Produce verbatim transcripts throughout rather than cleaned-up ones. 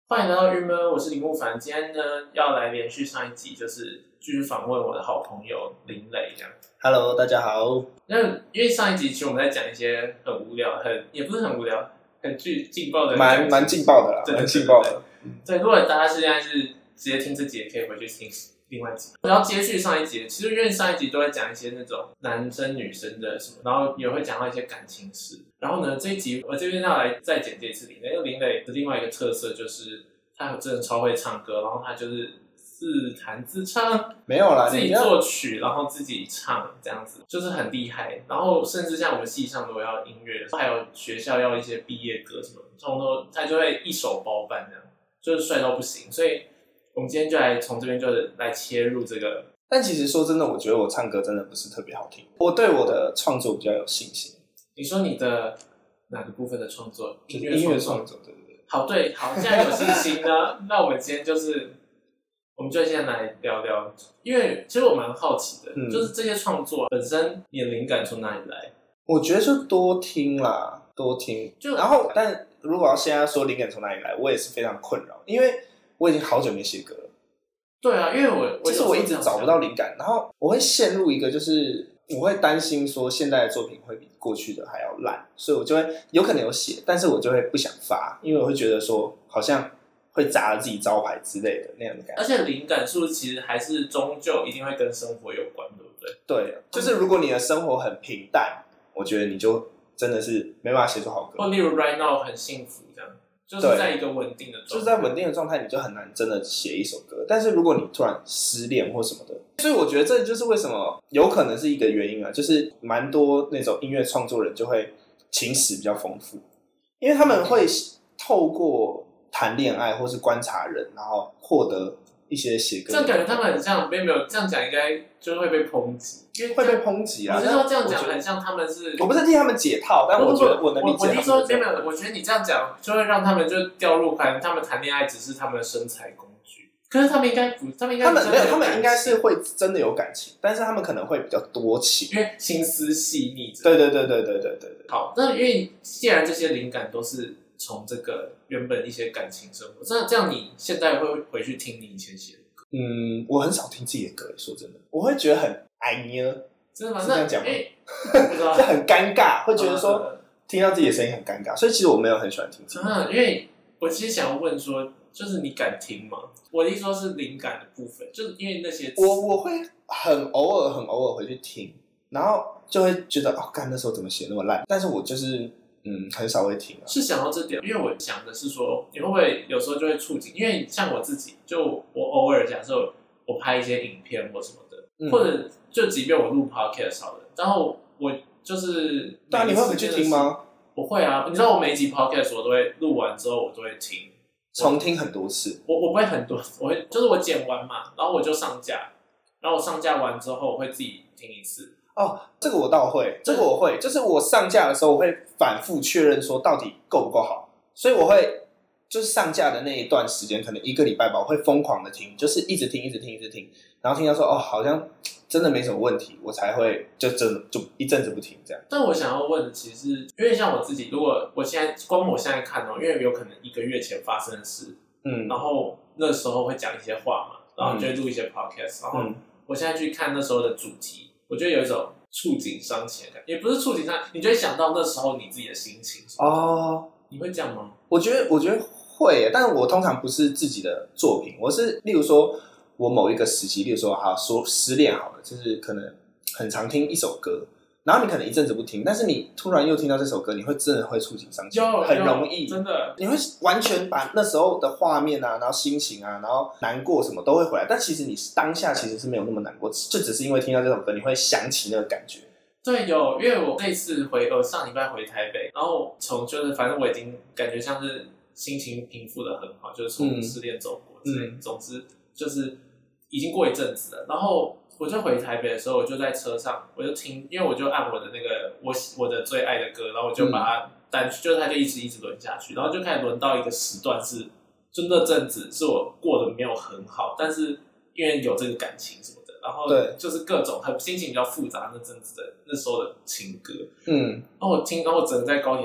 欢迎来到郁闷，我是林木凡。今天呢，要来连续上一集，就是继续访问我的好朋友林磊这样。 Hello， 大家好。 那因为上一集其实我们在讲一些很无聊、很也不是很无聊、很具劲爆的， 蛮蛮劲爆的啦，蛮劲爆的。 对，如果大家现在是直接听这集，也可以回去听另外一集。然后接续上一集，其实因为上一集都在讲一些那种男生女生的什么，然后也会讲到一些感情事。然后呢，这一集我这边要来再简介一次林磊，因为林磊的另外一个特色就是他真的超会唱歌，然后他就是自弹自唱， 没有啦， 自己作曲，然后自己唱，这样子就是很厉害。然后甚至像我们系上都要音乐，还有学校要一些毕业歌什么，通通他就会一手包办这样，就是帅到不行。所以我们今天就来从这边就是来切入这个。 但其实说真的，我觉得我唱歌真的不是特别好听，我对我的创作比较有信心。 你说你的哪个部分的创作？ 音乐创作，对对对。 好，对，好，既然有信心呢，那我们今天就是，我们就先来聊聊，因为其实我蛮好奇的，嗯、就是这些创作本身，你的灵感从哪里来？ 我觉得就多听啦，多听。就然后，但如果要现在说灵感从哪里来，我也是非常困扰，因为我已经好久没写歌了。 对啊，因为我其实我一直找不到灵感，然后我会陷入一个就是。我会担心说现在的作品会比过去的还要烂，所以我就会有可能有写，但是我就会不想发，因为我会觉得说好像会砸了自己招牌之类的那样的感觉。 而且灵感是不是其实还是终究一定会跟生活有关，对不对？ 对，就是如果你的生活很平淡，我觉得你就真的是没办法写出好歌。 或例如 right now 很幸福这样。就是在一个稳定的状态， 就是在稳定的状态，你就很难真的写一首歌。但是如果你突然失恋或什么的，所以我觉得这就是为什么有可能是一个原因啊，就是蛮多那种音乐创作人就会情史比较丰富，因为他们会透过谈恋爱或是观察人，然后获得一些写歌。 这样感觉他们很像，没有没有这样讲，应该就会被抨击，因为会被抨击啊。 我是说这样讲很像他们是， 我不是替他们解套，但我觉得我能理解。 我听说没有没有，我觉得你这样讲就会让他们就掉入可能他们谈恋爱只是他们的生财工具，可是他们应该不，他们应该他们没有，他们应该是会真的有感情，但是他们可能会比较多情， 因为心思细腻。 对对对对对对对。 好，那因为既然这些灵感都是从这个原本一些感情生活，那这样你现在会回去听你以前写的？ 嗯，我很少听自己的歌，说真的，我会觉得很哎呀， 真的吗？ 是这样讲吗？ 不知道， 就很尴尬，会觉得说听到自己的声音很尴尬，所以其实我没有很喜欢听自己的歌。 嗯，因为我其实想要问说，就是你敢听吗？我的意思说是灵感的部分，就是因为那些我我会很偶尔很偶尔回去听，然后就会觉得哦，干那时候怎么写那么烂，但是我就是嗯很少会听啊。 是想到这点，因为我想的是说，你会不会有时候就会触景？因为像我自己，就我偶尔假设我拍一些影片或什么的，嗯、或者就即便我录 podcast 好了，然后我就是对啊，你会回去听吗？ 我会啊，你知道我每一集 podcast 我都会录完之后我都会听， 重听很多次。 我我不会很多，我会就是我剪完嘛，然后我就上架，然后我上架完之后我会自己听一次。 哦，这个我倒会，这个我会，就是我上架的时候我会反复确认说到底够不够好，所以我会就是上架的那一段时间，可能一个礼拜吧，我会疯狂的听，就是一直听，一直听，一直听，然后听到说哦，好像真的没什么问题，我才会就真的就一阵子不听这样。 但我想要问的其实，因为像我自己，如果我现在光我现在看哦，因为有可能一个月前发生的事，嗯，然后那时候会讲一些话嘛，然后就会录一些 podcast，、嗯、然后我现在去看那时候的主题，我觉得有一种触景伤情的感觉，也不是触景伤，你就会想到那时候你自己的心情哦。你会这样吗？ 我觉得，我觉得会，但是我通常不是自己的作品，我是例如说我某一个时期，例如说好说失恋好了，就是可能很常听一首歌，然后你可能一阵子不听，但是你突然又听到这首歌，你会真的会触景伤情，很容易， 真的， 你会完全把那时候的画面啊，然后心情啊，然后难过什么都会回来，但其实你当下其实是没有那么难过，就只是因为听到这首歌，你会想起那个感觉。 对，有，因为我这次回呃上礼拜回台北，然后从就是反正我已经感觉像是心情平复的很好，就是从失恋走过之类、嗯，总之就是已经过一阵子了。然后我就回台北的时候，我就在车上，我就听，因为我就按我的那个我我的最爱的歌，然后我就把它单曲，嗯、就是它就一直一直轮下去，然后就开始轮到一个时段是，就那阵子是我过得没有很好，但是因为有这个感情什么的。然后就是各种很心情比较复杂那阵子的那时候的情歌，嗯，然后我听，然后我整个在高铁上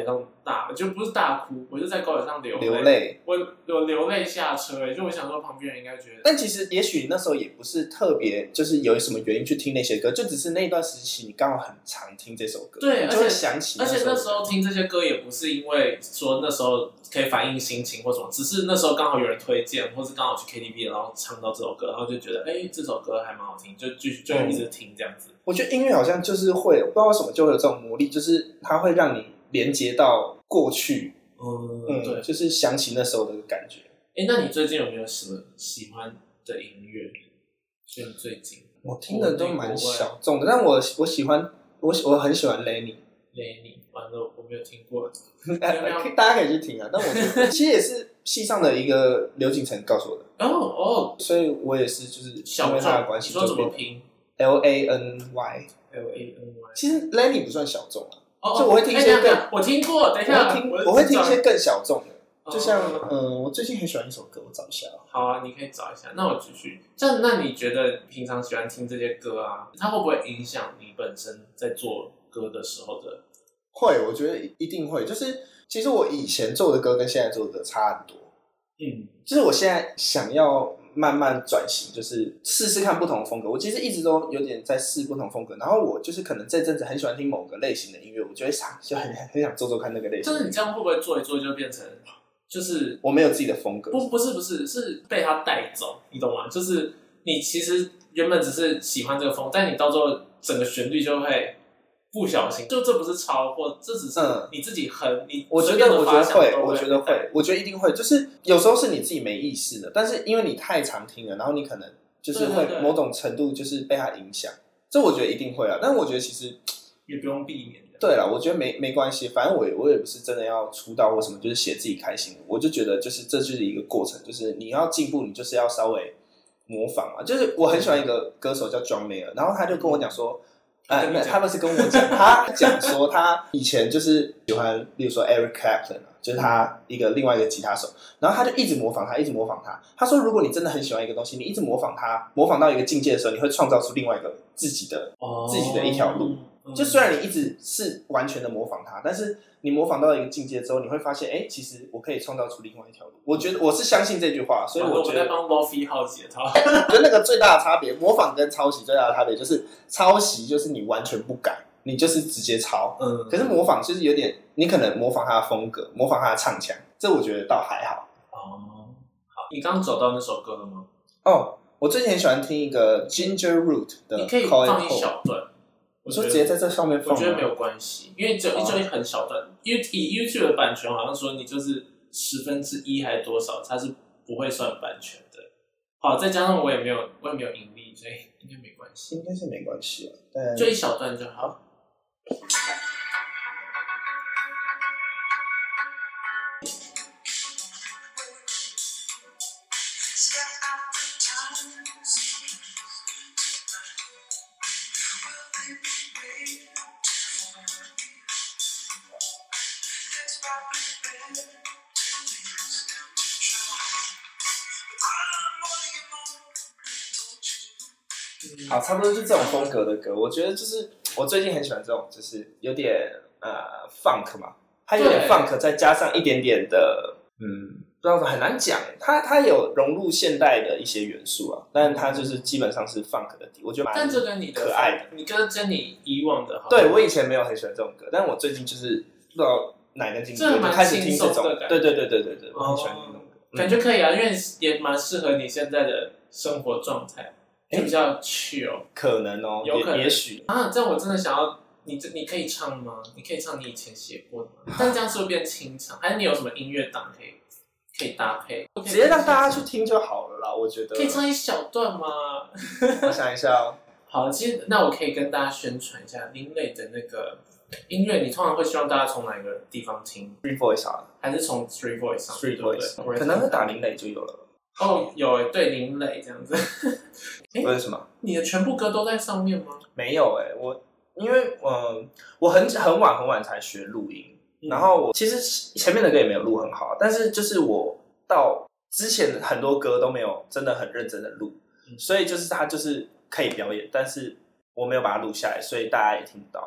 大，就不是大哭，我就在高铁上流泪， 流泪， 我我流泪下车，哎，就我想说旁边人应该觉得， 但其实也许那时候也不是特别，就是有什么原因去听那些歌，就只是那一段时期你刚好很常听这首歌， 对， 就会想起而且那时候听这些歌也不是因为说那时候可以反映心情或什么，只是那时候刚好有人推荐，或是刚好去 K T V 然后唱到这首歌，然后就觉得哎、欸、这首歌还蛮好听，就就就一直听这样子。 我觉得音乐好像就是会，不知道为什么就会有这种魔力，就是它会让你连接到过去， 嗯， 嗯对， 就是想起那时候的感觉。 哎、欸，那你最近有没有什么喜欢的音乐？就你最近我听的都蛮小众的，但我我喜欢我我很喜欢 Lenny。 Lenny， 完了我没有听过， 大家可以去听啊。但我觉得其实也是系上的一个刘景成告诉我的。 哦哦， 所以我也是就是因为他的关系， 你说怎么拼 ？L A N Y。L A N Y。 其实 Lenny 不算小众啊， 哦， 就我会听一些更， 欸、我听过，等一下， 我会听，我会听一些更小众的。就像哦、 嗯，我最近很喜欢一首歌，我找一下。 好啊，你可以找一下。那我继续。这样，那你觉得平常喜欢听这些歌啊，它会不会影响你本身在做歌的时候的？ 会，我觉得一定会。就是其实我以前做的歌跟现在做的歌差很多。 嗯， 就是我现在想要慢慢转型，就是试试看不同的风格。我其实一直都有点在试不同风格，然后我就是可能这阵子很喜欢听某个类型的音乐，我就会想就很很想做做看那个类型。 就是你这样会不会做一做就变成就是我没有自己的风格？ 不，不是，不是，是被他带走，你懂吗？就是你其实原本只是喜欢这个风，但你到最后整个旋律就会不小心，就这不是抄或这只是你自己哼，嗯、你我觉得我觉得会， 会我觉得会，我觉得一定会。就是有时候是你自己没意识的，但是因为你太常听了，然后你可能就是会某种程度就是被它影响，这我觉得一定会啊。但是我觉得其实也不用避免。 对啦，我觉得没没关系，反正我也我也不是真的要出道或什么，就是写自己开心的。我就觉得就是这就是一个过程，就是你要进步，你就是要稍微模仿嘛。就是我很喜欢一个歌手叫 John Mayer， 然后他就跟我讲说。呃，没有，他们是跟我讲，他讲说他以前就是喜欢，例如说 Eric Clapton， 就是他一个另外一个吉他手，然后他就一直模仿他，一直模仿他。他说，如果你真的很喜欢一个东西，你一直模仿他，模仿到一个境界的时候，你会创造出另外一个自己的、哦、自己的一条路。就虽然你一直是完全的模仿他，但是你模仿到一个境界之后，你会发现，哎，其实我可以创造出另外一条路。我觉得我是相信这句话，所以我觉得我在帮 Lofi 浩解他。 我觉得那个最大的差别，模仿跟抄袭最大的差别就是抄袭就是你完全不改，你就是直接抄。嗯，可是模仿就是有点，你可能模仿他的风格，模仿他的唱腔，这我觉得倒还好。 哦，好，你刚找到那首歌了吗？ 哦，我最近很喜欢听一个 Ginger Root 的， 你可以放一小段。 我说直接在这上面放， 我觉得没有关系，因为只有一就很小段。因为以 YouTube 的版权，好像说你就是十分之一还是多少，它是不会算版权的。好，再加上我也没有，我也没有盈利，所以应该没关系。 应该是没关系了，但就一小段就好。 好，差不多是这种风格的歌，我觉得就是我最近很喜欢这种，就是有点呃 funk 嘛，它有点 funk， 再加上一点点的，嗯，不知道很难讲，它它有融入现代的一些元素啊，但它就是基本上是 funk 的底，我觉得蛮但这跟你的可爱的， 你跟跟你以往的好， 对我以前没有很喜欢这种歌，但我最近就是不知道哪根筋，就开始听这种，对对对对对对，我很喜欢听这种歌， 嗯、感觉可以啊，因为也蛮适合你现在的生活状态。就比较 chill， 可能哦， 有可能， 也许啊，这样我真的想要你，你可以唱吗？你可以唱你以前写过的吗？但这样是不是变清唱？还是你有什么音乐档可以可以搭配？ 直接让大家去听就好了啦，我觉得。 可以唱一小段吗？ 我想一下哦。 好，其实那我可以跟大家宣传一下林磊的那个音乐，你通常会希望大家从哪个地方听 ？Street Voice 啊， 还是从 Street Voice 上 ？Street Voice， 可能会打林磊就有了。 哦，有诶，对林磊这样子。 为什么？ 你的全部歌都在上面吗？ 没有诶、欸，我因为嗯，我很很晚很晚才学录音，嗯、然后我其实前面的歌也没有录很好，但是就是我到之前很多歌都没有真的很认真的录，嗯、所以就是它就是可以表演，但是我没有把它录下来，所以大家也听不到。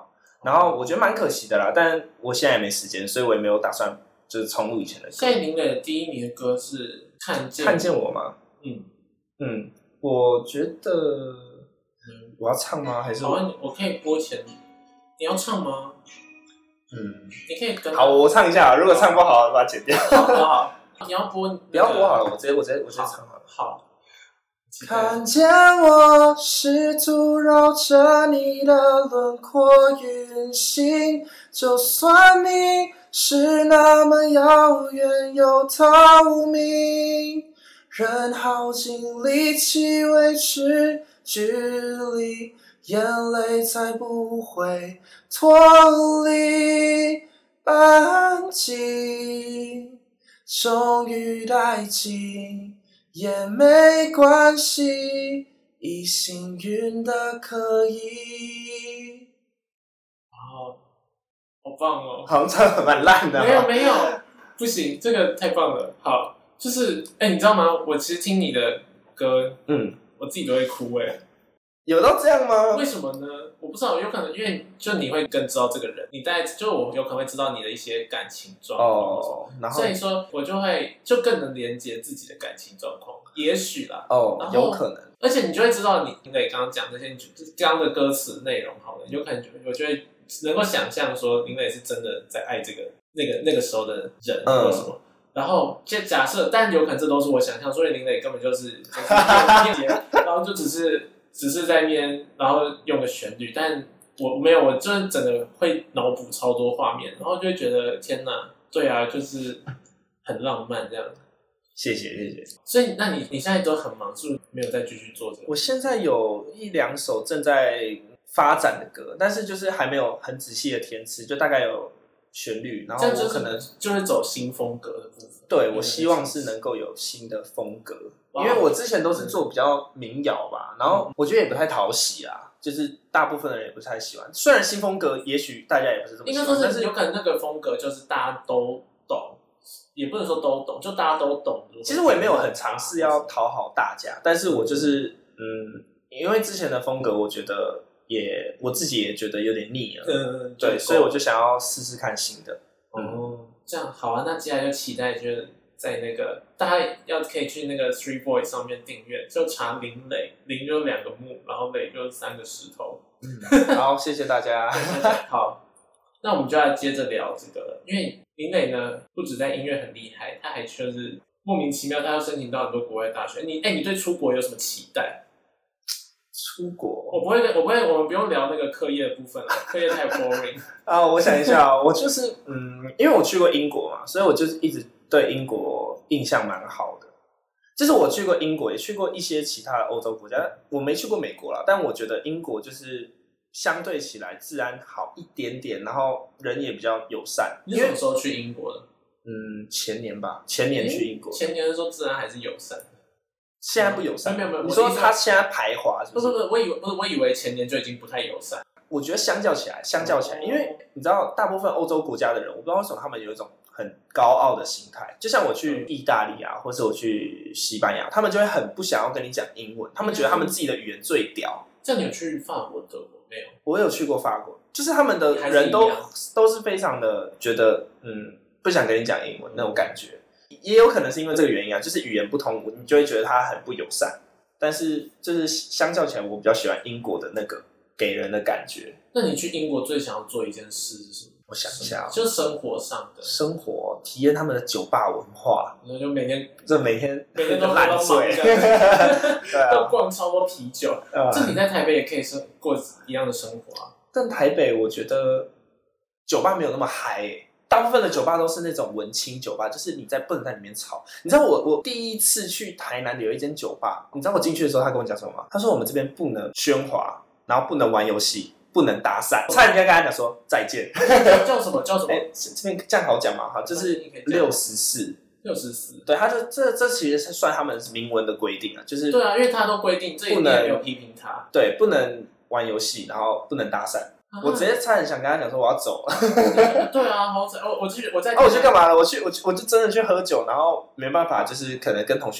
然后我觉得蛮可惜的啦，但我现在也没时间，所以我也没有打算就是重录以前的歌。 现在林磊的第一名的歌是看见看见我吗？ 嗯嗯，我觉得，嗯，我要唱吗？还是我我可以播前，你要唱吗？ 嗯， 你可以跟好，我唱一下，如果唱不好，把它剪掉。 好好好，你要播、那個， 不要播好了，我直接我直接我直接唱好了。 好。 看见我试图绕着你的轮廓运行，就算你是那么遥远又它无名，仍耗尽力气维持距离，眼泪才不会脱离。安静终于殆尽也没关系，已幸运的可以。 好，好棒哦！ 好像唱得蛮烂的。 没有没有，不行，这个太棒了。好，就是哎、欸，你知道吗？我其实听你的歌，嗯，我自己都会哭哎、欸。 有到这样吗？ 为什么呢？我不知道，有可能因为就你会更知道这个人，你大概就我有可能会知道你的一些感情状况，哦，然后所以说我就会就更能连接自己的感情状况，也许啦， 哦，有可能， 而且你就会知道你对刚刚讲这些刚刚的歌词内容，好了，有可能我就会能够想象说林磊是真的在爱这个那个那个时候的人或什么。嗯，然后就假设，但有可能这都是我想象，所以林磊根本就是就是然后就只是。只是在那边，然后用个旋律，但我没有，我就是整个会脑补超多画面，然后就会觉得天哪，对啊，就是很浪漫这样。 谢谢谢谢。 所以，那你你现在都很忙，是不是没有再继续做这个？ 我现在有一两首正在发展的歌，但是就是还没有很仔细的填词，就大概有旋律，然后我可能就会走新风格的部分。 对，我希望是能够有新的风格。因为我之前都是做比较民谣吧，然后我觉得也不太讨喜啦，就是大部分的人也不太喜欢。虽然新风格也许大家也不是这么喜欢， 应该说是有可能那个风格就是大家都懂，也不能说都懂，就大家都懂。 其实我也没有很尝试要讨好大家，但是我就是嗯，因为之前的风格我觉得也我自己也觉得有点腻了，嗯，对，所以我就想要试试看新的。 哦，这样好啊，那接下来就期待就是。在那个大家要可以去那个 Three Boys 上面订阅，就查林磊，林就两个木，然后磊就三个石头。 嗯，好，谢谢大家。 好，那我们就要接着聊这个了，因为林磊呢不止在音乐很厉害，他还就是莫名其妙，他要申请到很多国外大学。你哎、欸，你对出国有什么期待？ 出国， 我不会，我不会，我们不用聊那个课业的部分了，课业太 boring 啊。我想一下，我就是嗯，因为我去过英国嘛，所以我就是一直对英国印象蛮好的。就是我去过英国，也去过一些其他的欧洲国家，我没去过美国啦，但我觉得英国就是相对起来治安好一点点，然后人也比较友善。 你什么时候去英国的？ 嗯，前年吧，前年去英国。 前年的时候治安还是友善。 现在不友善， 没有没有。 你说他现在排华是不是？ 不是不是，我以为不是，我以为前年就已经不太友善。 我觉得相较起来，相较起来，因为你知道，大部分欧洲国家的人，我不知道为什么他们有一种很高傲的心态。就像我去意大利啊，或是我去西班牙，他们就会很不想要跟你讲英文，他们觉得他们自己的语言最屌。 这样你有去法国、德国没有？ 我有去过法国，就是他们的人都都是非常的觉得，嗯，不想跟你讲英文那种感觉。也有可能是因为这个原因啊，就是语言不通，你就会觉得他很不友善。但是就是相较起来，我比较喜欢英国的那个给人的感觉。 那你去英国最想要做一件事是什么？ 我想一下、哦， 就是生活上的生活，体验他们的酒吧文化。 然后就每天， 这每天每天都烂醉，都逛超多啤酒。嗯、这你在台北也可以生过一样的生活啊。 但台北我觉得酒吧没有那么嗨、欸。大部分的酒吧都是那种文青酒吧，就是你在不能在里面吵。你知道我我第一次去台南的有一间酒吧，你知道我进去的时候他跟我讲什么吗？他说我们这边不能喧哗，然后不能玩游戏，不能搭讪。差点跟他讲说再见。 叫什么叫什么？ 欸、这边这样好讲嘛？哈，就是六十四。 六十四， 对，他就这这其实是算他们明文的规定啊，就是对啊，因为他都规定，这一定没有批评他， 对，不能玩游戏，然后不能搭讪。我直接差点想跟他讲说我要走了。 对啊，好惨！我我去我在哦，我去干嘛了？我去我去我就真的去喝酒，然后没办法，就是可能跟同学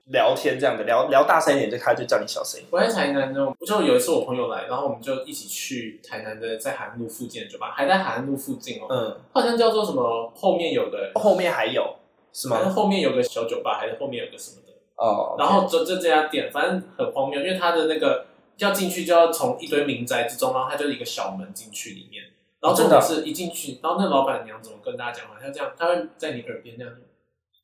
聊天这样的，聊聊大声一点，就他就叫你小声一点。 我在台南呢，就有一次我朋友来，然后我们就一起去台南的在海岸路附近的酒吧，还在海岸路附近哦，嗯，好像叫做什么，后面有个， 后面还有是吗？ 后面有个小酒吧，还是后面有个什么的哦， okay. 然后就就这家店，反正很荒谬，因为它的那个要进去就要从一堆民宅之中，然后它就是一个小门进去里面，然后重点是一进去，然后那老板娘怎么跟大家讲话？她这样，她会在你耳边那样说。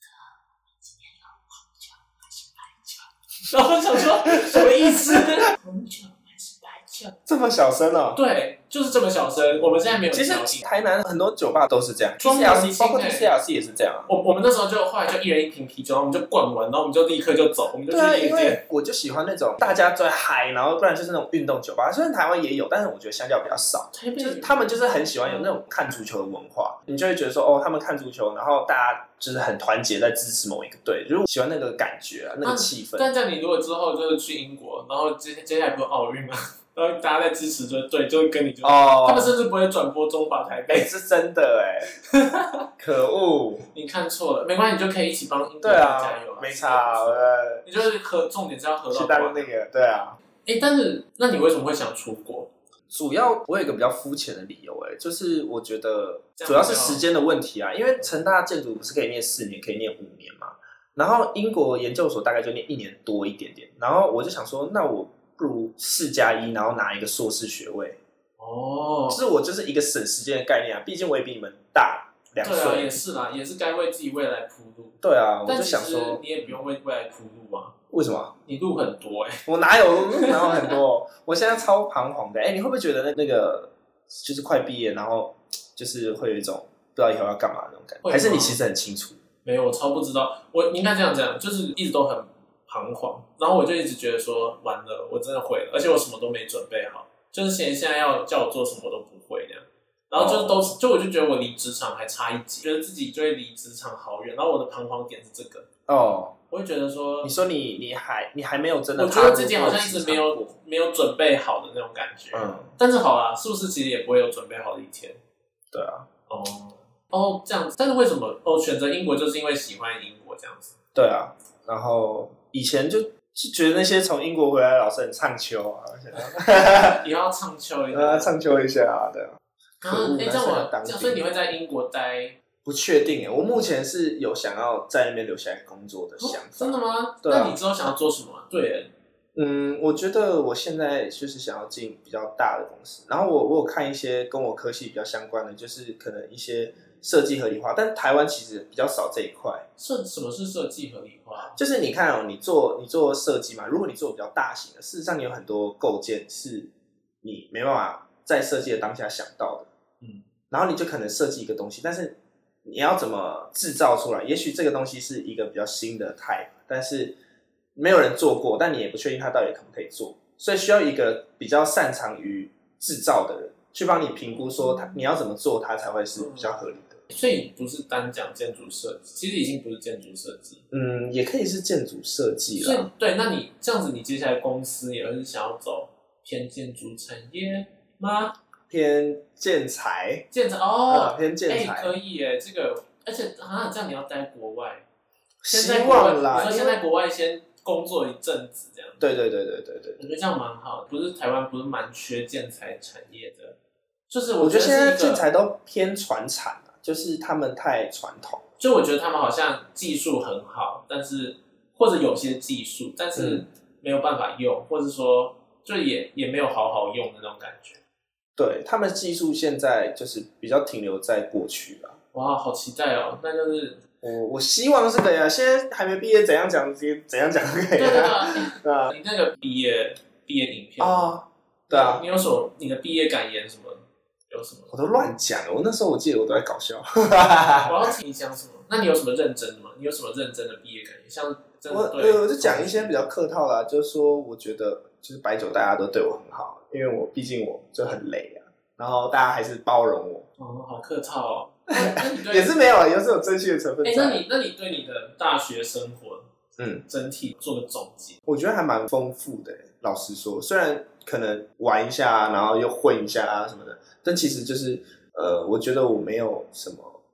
然后我想说什么意思？红酒还是白酒？ 这么小声哦？ 对，就是这么小声。我们现在没有。 其实台南很多酒吧都是这样 ，T C R C 包括 T C R C 也是这样啊。 我我们那时候就后来就一人一瓶啤酒，然后我们就灌完，然后我们就立刻就走，我们就去夜店。 对啊，因为我就喜欢那种大家都在嗨，然后不然就是那种运动酒吧。虽然台湾也有，但是我觉得相较比较少。就是他们就是很喜欢有那种看足球的文化，你就会觉得说哦，他们看足球，然后大家就是很团结在支持某一个队，就是喜欢那个感觉啊，那个气氛。 但这样你如果之后就是去英国，然后接接下来不是奥运吗？然后大家在支持就对，就会跟你就，哦，他们甚至不会转播中华台北， 欸，是真的哎，欸，可恶！ 你看错了，没关系，你就可以一起帮英国加油啊， 没差， 你就是喝，重点是要喝到当那个，对啊。 哎，欸，但是那你为什么会想出国？ 主要我有一个比较肤浅的理由，哎，就是我觉得主要是时间的问题啊，因为成大建筑不是可以念四年，可以念五年嘛，然后英国研究所大概就念一年多一点点，然后我就想说，那我不如四加一，然后拿一个硕士学位。哦，就是我就是一个省时间的概念啊，毕竟我也比你们大两岁。 对啊，也是啦，也是该为自己未来铺路。 对啊，我就想说， 你也不用为未来铺路啊。 为什么？ 你路很多哎，欸， 我哪有路哪有很多？我现在超彷徨的。哎，欸，你会不会觉得那那个就是快毕业，然后就是会有一种不知道以后要干嘛的那种感觉？还是你其实很清楚？ 没有，我超不知道。我你应该这样讲，就是一直都很彷徨，然后我就一直觉得说，完了，我真的会了，而且我什么都没准备好，就是现在要叫我做什么我都不会那样。然后就都是，就我就觉得我离职场还差一级，觉得自己就会离职场好远。然后我的彷徨点是这个哦，我会觉得说， 你说你你还你还没有真的， 我觉得自己好像一直没有没有准备好的那种感觉。嗯，但是好啦，是不是其实也不会有准备好的一天？ 对啊， 哦哦这样子，但是为什么哦选择英国就是因为喜欢英国这样子？ 对啊，然后以前就。就觉得那些从英国回来的老师很唱秋啊， 也要唱秋一下， 啊，唱秋一下啊，对啊。 可恶，哎，这样我，所以你会在英国待？ 不确定哎，我目前是有想要在那边留下来工作的想法。 真的吗？ 对啊。 那你之后想要做什么？对， 嗯，我觉得我现在就是想要进比较大的公司，然后我我有看一些跟我科系比较相关的，就是可能一些设计合理化，但台湾其实比较少这一块。 设什么是设计合理化？ 就是你看哦，你做你做设计嘛，如果你做比较大型的，事实上你有很多构件是你没办法在设计的当下想到的，嗯，然后你就可能设计一个东西，但是你要怎么制造出来？也许这个东西是一个比较新的 type， 但是没有人做过，但你也不确定它到底可不可以做，所以需要一个比较擅长于制造的人去帮你评估说它你要怎么做它才会是比较合理的。 所以不是单讲建筑设计，其实已经不是建筑设计， 嗯，也可以是建筑设计啦。 所以对，那你这样子，你接下来公司也是想要走偏建筑产业吗？ 偏建材， 建材哦， 嗯、偏建材、 欸，可以耶，这个，而且啊，这样你要待国外， 希望啦， 你说先在国外先工作一阵子，这样， 对对对对对对， 我觉得这样蛮好的。不是台湾不是蛮缺建材产业的，就是我觉得现在建材都偏传产。就是他们太传统， 就我觉得他们好像技术很好，但是或者有些技术，但是没有办法用，嗯、或者说就也也没有好好用的那种感觉。 对，他们技术现在就是比较停留在过去了。 哇，好期待哦！那就是我我希望是可以啊，现在还没毕业，怎样讲怎样讲可以、啊。 对对对，对啊，你那个毕业毕业影片啊，对啊， 你有什么你的毕业感言什么？有什么？ 我都乱讲，我那时候我记得我都在搞笑。 我要听你讲什么？那你有什么认真的吗？你有什么认真的毕业感言？像真的对我我就讲一些比较客套啦，就是说我觉得就是白酒大家都对我很好，因为我毕竟我就很累啊，然后大家还是包容我。 哦，好客套哦。那你对也是没有啊，也是有真心的成分在。 哎、欸，那你那你对你的大学生活，嗯，整体做个总结， 我觉得还蛮丰富的。老实说，虽然可能玩一下，然后又混一下啊什么的，但其实就是呃，我觉得我没有什么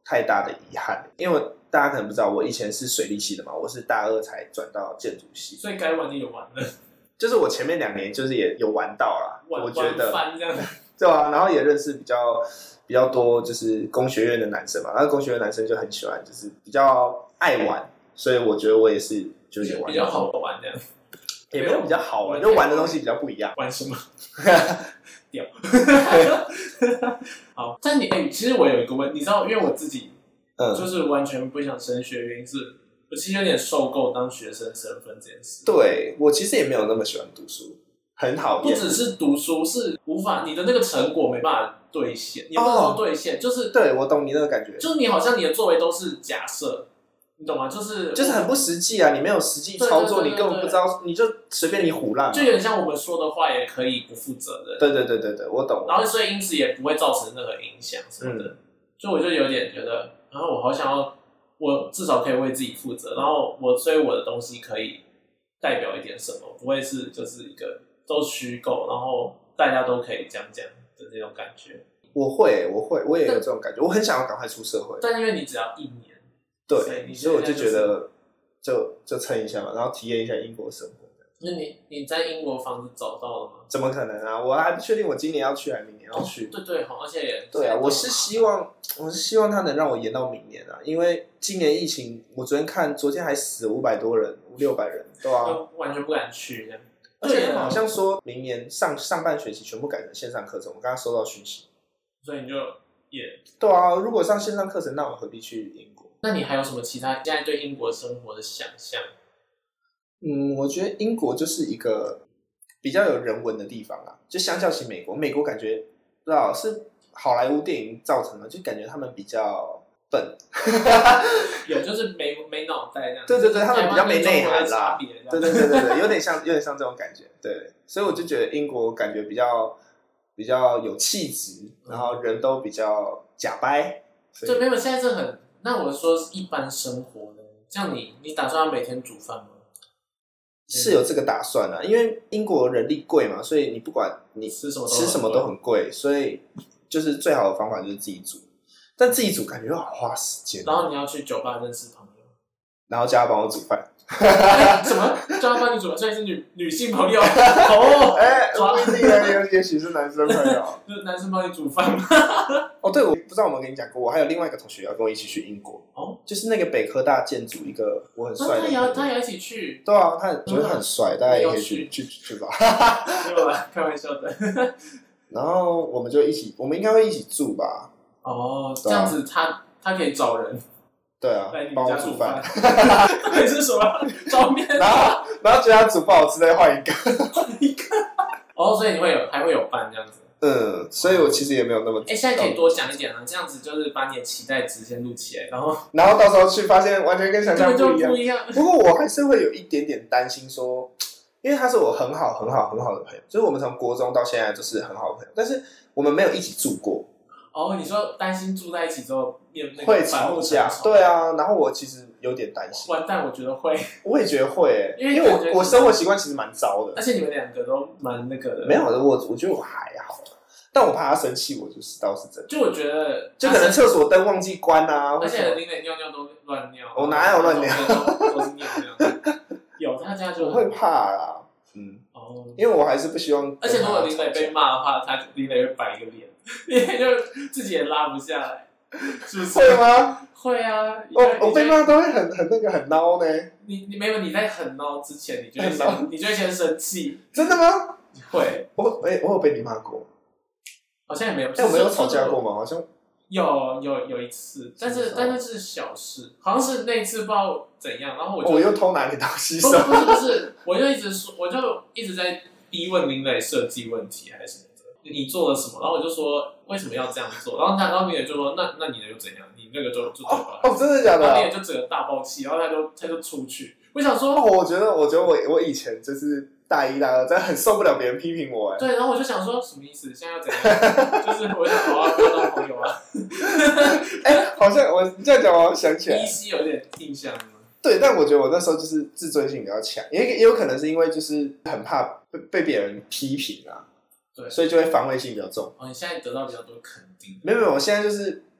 太大的遗憾，因为大家可能不知道，我以前是水利系的嘛，我是大二才转到建筑系， 所以该玩的也玩了。 就是我前面两年就是也有玩到啦，我觉得玩翻这样。 对啊，然后也认识比较比较多就是工学院的男生嘛，然后工学院的男生就很喜欢，就是比较爱玩，所以我觉得我也是就是玩比较好玩这样。 也没有比较好玩，就玩的东西比较不一样。 玩什么？屌。好，但你哎、欸，其实我有一个问题，你知道，因为我自己就是完全不想升学，原因是我其实有点受够当学生身份这件事。 对，我其实也没有那么喜欢读书，很讨厌。 不只是读书，是无法你的那个成果没办法兑现，也不能说兑现，哦、就是对我懂你那个感觉， 就是你好像你的作为都是假设。你懂吗？就是就是很不实际啊！你没有实际操作，你根本不知道，你就随便你唬烂， 就有点像我们说的话也可以不负责任。 对对对对对，我懂。 然后所以因此也不会造成任何影响什么的，嗯、所以我就有点觉得，然后我好想要，我至少可以为自己负责，然后我所以我的东西可以代表一点什么，不会是就是一个都虚构，然后大家都可以讲讲的那种感觉。 我会，我会，我也有这种感觉，我很想要赶快出社会， 但因为你只要一年。 对，所以我就觉得就就撑一下嘛，然后体验一下英国生活。 那你你在英国房子找到了吗？ 怎么可能啊！我还不确定我今年要去还是明年要去。 哦、对对，好，而且也对啊，我是希望我是希望他能让我延到明年啊，因为今年疫情，我昨天看，昨天还死五百多人，五六百人，对啊， 完全不敢去这样。 而且他们好像说明年上上半学期全部改成线上课程，我刚刚收到讯息， 所以你就也对啊，如果上线上课程，那我何必去英国？ 那你还有什么其他现在对英国生活的想象？ 嗯，我觉得英国就是一个比较有人文的地方啊，就相较起美国，美国感觉不知道是好莱坞电影造成的，就感觉他们比较笨， 有就是没没脑袋这样。 对对对，他们比较没内涵啦。对对对对对，有点像有点像这种感觉。对，所以我就觉得英国感觉比较比较有气质，然后人都比较假掰。 对，没有，现在是很。那我说一般生活呢？这样你你打算要每天煮饭吗？ 是有这个打算啊，因为英国人力贵嘛，所以你不管你吃什么吃什么都很贵，所以就是最好的方法就是自己煮。但自己煮感觉又好花时间。 然后你要去酒吧认识朋友， 然后叫他帮我煮饭。 欸、什么？叫他帮你煮饭？所以是女女性朋友哦？ 哎、欸，不一定啊，也许是男生朋友。 就是男生帮你煮饭吗？ 哦，对，我不知道我们跟你讲过，我还有另外一个同学要跟我一起去英国。哦，就是那个北科大建筑一个我很帅的、 啊，他也要他也要一起去。 对啊，他觉得很帅，大家也可以去去去吧。 没有啦，开玩笑的。 然后我们就一起，我们应该会一起住吧。 哦，这样子他他可以找人。 对啊，帮我煮饭。 还是什么找面？ 然后然后觉得他煮不好吃，再换一个。 换一个。哦，所以你会有还会有伴这样子。 嗯，所以我其实也没有那么。 哎、欸，现在可以多讲一点啊，这样子就是把你的期待值先录起来，然后然后到时候去发现完全跟想象不一样。 不一样。 不过我还是会有一点点担心说，因为他是我很好很好很好的朋友，就是我们从国中到现在都是很好的朋友，但是我们没有一起住过。 哦，你说担心住在一起之后会吵架，对啊，然后我其实有点担心。 完蛋，我觉得会， 我也觉得会、欸， 因为因为我我生活习惯其实蛮糟的， 而且你们两个都蛮那个的。 没有，我我觉得我还好，但我怕他生气，我就是倒是真的。 就我觉得， 就可能厕所灯忘记关啊， 而且林磊尿尿都乱尿， 我哪有乱尿， 都是尿那样。有他家就我会怕啦，嗯， 哦， 因为我还是不希望。 而且如果林磊被骂的话，他林磊会摆一个脸。你就自己也拉不下来，是不是？ 会吗？ 会啊！ 我我被骂都会很很那个很孬呢。 你你没有你在很孬之前，你就会先你就会先生气。 真的吗？ 会。 我哎、欸，我有被你骂过。 好像也没有。 哎、欸，我们有吵架过吗？好像有有有一次，但是但是是小事，好像是那一次不知道怎样，然后我就、 哦、我又偷拿你东西。 不是不是不是，我就一直说，我就一直在逼问林磊设计问题还是什么。你做了什么？然后我就说为什么要这样做？然后他，然后你也就说那那你的又怎样？你那个就就做吧。 哦，真的假的、啊？ 然后你也就整个大爆气，然后他就他就出去。我想说， 哦，我觉得我觉得我我以前就是大一大二，真的很受不了别人批评我哎。 对，然后我就想说什么意思？现在要怎样？就是我就好啊，不要当朋友啊。 哎、欸，好像我这样讲，我想起来， 依稀有点印象。 对，但我觉得我那时候就是自尊心比较强，也也有可能是因为就是很怕被被别人批评啊。 对， 所以就会防卫性比较重。 哦，你现在得到比较多肯定。 没有没有，我现在就是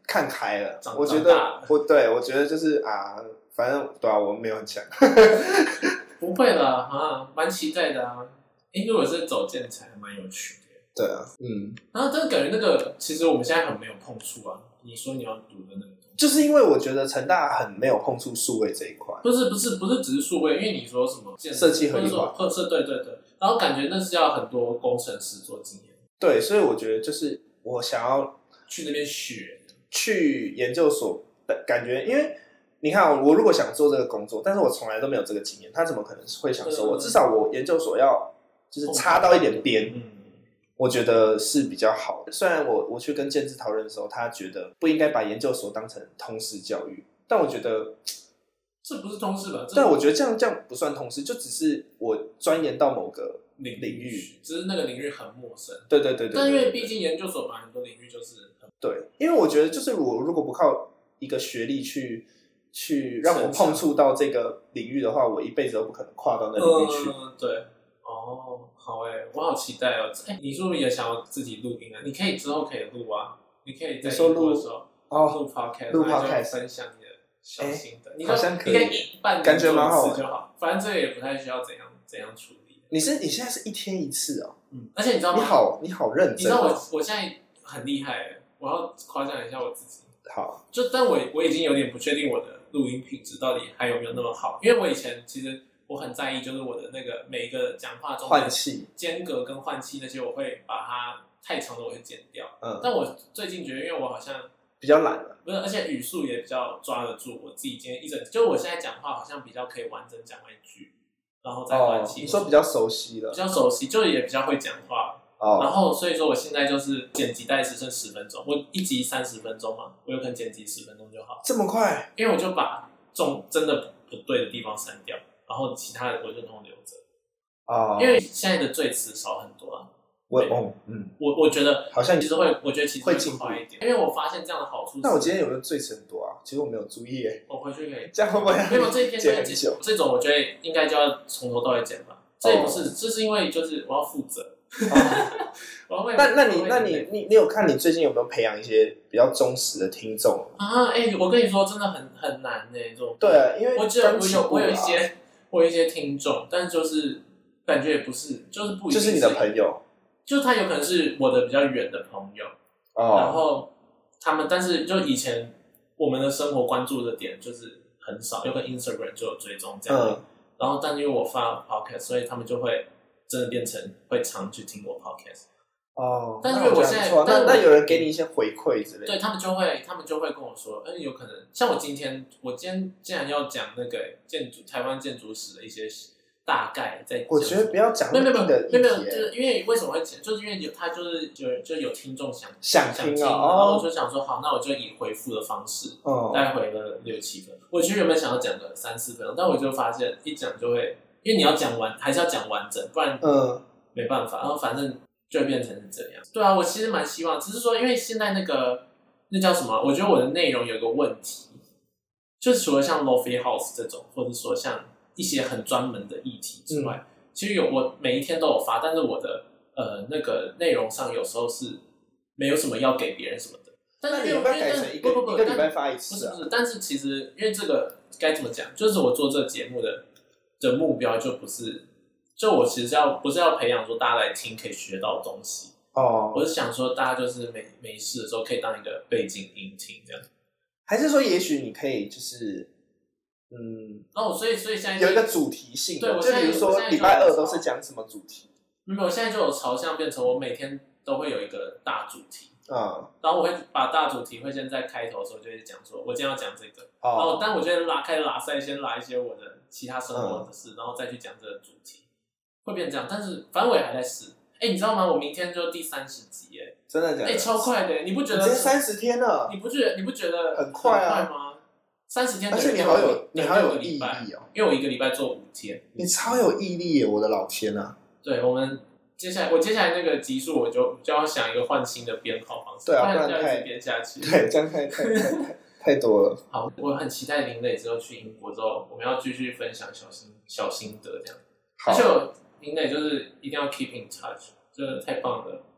看开了。 长我觉得我对我觉得就是啊，反正对啊，我没有很强。 不会啦，啊，蛮期待的啊。哎，如果是走建材，还蛮有趣的。 对啊，嗯。 然后真的感觉那个，其实我们现在很没有碰触啊。你说你要读的那个。 就是因为我觉得成大很没有碰触数位这一块， 不是不是不是只是数位，因为你说什么设计合理化， 或者对对对，然后感觉那是要很多工程师做经验， 对，所以我觉得就是我想要去那边学， 去研究所，感觉因为你看我如果想做这个工作，但是我从来都没有这个经验，他怎么可能会想说我至少我研究所要就是插到一点边。嗯，我觉得是比较好的。虽然我我去跟建志讨论的时候，他觉得不应该把研究所当成通识教育，但我觉得这不是通识吧？ 但我觉得这样这样不算通识，就只是我钻研到某个领领域， 只是那个领域很陌生。 对对对 对, 对, 对, 对。 但因为毕竟研究所嘛，很多领域就是很对，因为我觉得就是我如果不靠一个学历去去让我碰触到这个领域的话，我一辈子都不可能跨到那领域去。 嗯，对。哦，好哎、欸，我好期待哦！哎、欸，你是不是也想要自己录音啊？你可以之后可以录啊，你可以在英国的时候哦录 podcast， 录 podcast 分享你的小心得。你好像可以， 你可以一半感觉蛮好玩就好，反正这个也不太需要怎样怎样处理。 你是你现在是一天一次哦， 嗯，而且你知道吗？ 你好，你好认真、哦。 你知道我我现在很厉害哎，我要夸奖一下我自己。 好， 就但我我已经有点不确定我的录音品质到底还有没有那么好，因为我以前其实。我很在意，就是我的那个每一个讲话中换气、 间隔跟换气那些，我会把它太长的我会剪掉。 嗯， 但我最近觉得，因为我好像比较懒了， 不是，而且语速也比较抓得住。我自己今天一整，就是我现在讲话好像比较可以完整讲完一句，然后再换气、 哦。你说比较熟悉了， 比较熟悉，就也比较会讲话。哦，然后所以说我现在就是剪辑大概只剩十分钟，我一集三十分钟嘛，我有可能剪辑十分钟就好。 这么快？ 因为我就把重真的不对的地方删掉。然后其他的我就通留着啊， 因为现在的赘词少很多啊。 我哦嗯， 我我觉得好像其实会，我觉得其实会进快一点，因为我发现这样的好处。 那我今天有没有赘词很多啊？其实我没有注意耶。 我回去可以， 这样会不会？ 没有这一天剪很久。 这种我觉得应该就要从头到尾剪吧。这也不是，这是因为就是我要负责。 那那你那你你你有看你最近有没有培养一些比较忠实的听众啊？哎、欸，我跟你说，真的很很难呢、欸。这种对啊，因为我觉得我有我有一些。或一些听众，但就是感觉也不是，就是不一定就是你的朋友， 就是他有可能是我的比较远的朋友，哦、然后他们，但是就以前我们的生活关注的点就是很少，有个 Instagram 就有追踪这样、嗯，然后但因为我发 podcast， 所以他们就会真的变成会常去听我 podcast。 哦， 但因为我现在， 那那有人给你一些回馈之类的， 对他们就会，他们就会跟我说，嗯，有可能像我今天，我今天既然要讲那个建筑台湾建筑史的一些大概，在我觉得不要讲那么硬的议题， 没有没有，就是因为为什么会讲，就是因为有他就是有就有听众想想听啊， 然后我就想说好，那我就以回复的方式，哦，大概回了六七分，我其实原本想要讲个三四分钟，但我就发现一讲就会，因为你要讲完还是要讲完整，不然嗯没办法，然后反正。就会变成是这样。对啊，我其实蛮希望，只是说，因为现在那个那叫什么？我觉得我的内容有个问题，就是除了像 Lofi House 这种，或者说像一些很专门的议题之外，嗯、其实有我每一天都有发，但是我的呃那个内容上有时候是没有什么要给别人什么的。但是因为改成一个不不不一个礼拜发一次、 啊，不是不是，但是其实因为这个该怎么讲，就是我做这个节目的的目标就不是。就我其实要不是要培养说大家来听可以学到东西哦，我是想说大家就是没没事的时候可以当一个背景音听这样， 还是说也许你可以就是嗯， 哦，所以所以现在有一个主题性的， 对，我就比如说礼拜二都是讲什么主题？ 没有，我现在就有朝向变成我每天都会有一个大主题啊、嗯，然后我会把大主题会先在开头的时候就会讲说，我今天要讲这个，哦、然后但我就会拉开拉塞，先拉一些我的其他生活的事，嗯、然后再去讲这个主题。会变这样，但是反正我也还在试。哎、欸，你知道吗？我明天就第三十集，哎， 真的假的？ 哎、欸，超快的，你不觉得？ 直接三十天了， 你不觉得？你不觉得很快啊？ 吗？三十天， 而且你好有，你好有毅力哦， 因为我一个礼拜做五天， 你超有毅力耶！我的老天啊！ 对，我们接下来，我接下来那个集数，我就就要想一个换新的编号方式， 对啊， 不然这样一直编下去， 对，这样太太太太多了。 好，我很期待林磊之后去英国之后，我们要继续分享小心小心得这样，而且我。林磊就是一定要 keep in touch，真的太棒了。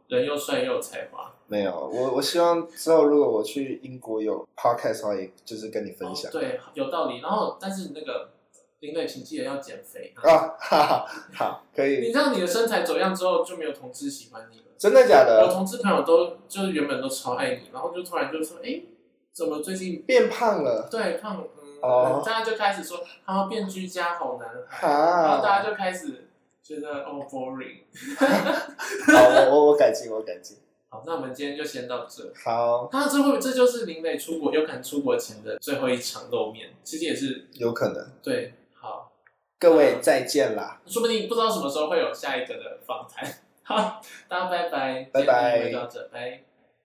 人又帅又有才华。 没有，我我希望之后如果我去英国有 podcast 的话，也就是跟你分享。 哦、对，有道理。然后，但是那个林磊，请记得要减肥啊！哈哈，好，可以。 你这样你的身材走样之后，就没有同志喜欢你了。 真的假的？ 我同志朋友都就是原本都超爱你，然后就突然就说，哎，怎么最近变胖了？ 对，胖，嗯， 哦、 大家就开始说，啊，变居家好难孩， 啊、 然后大家就开始觉得哦 boring。 好，我我改进，我改进。 好，那我们今天就先到这。 好， 那这会这就是林磊出国有可能出国前的最后一场露面，其实也是有可能。 对，好， 各位再见啦！ 说不定不知道什么时候会有下一个的访谈。好，大家拜拜， 拜拜， 今天就到这，拜。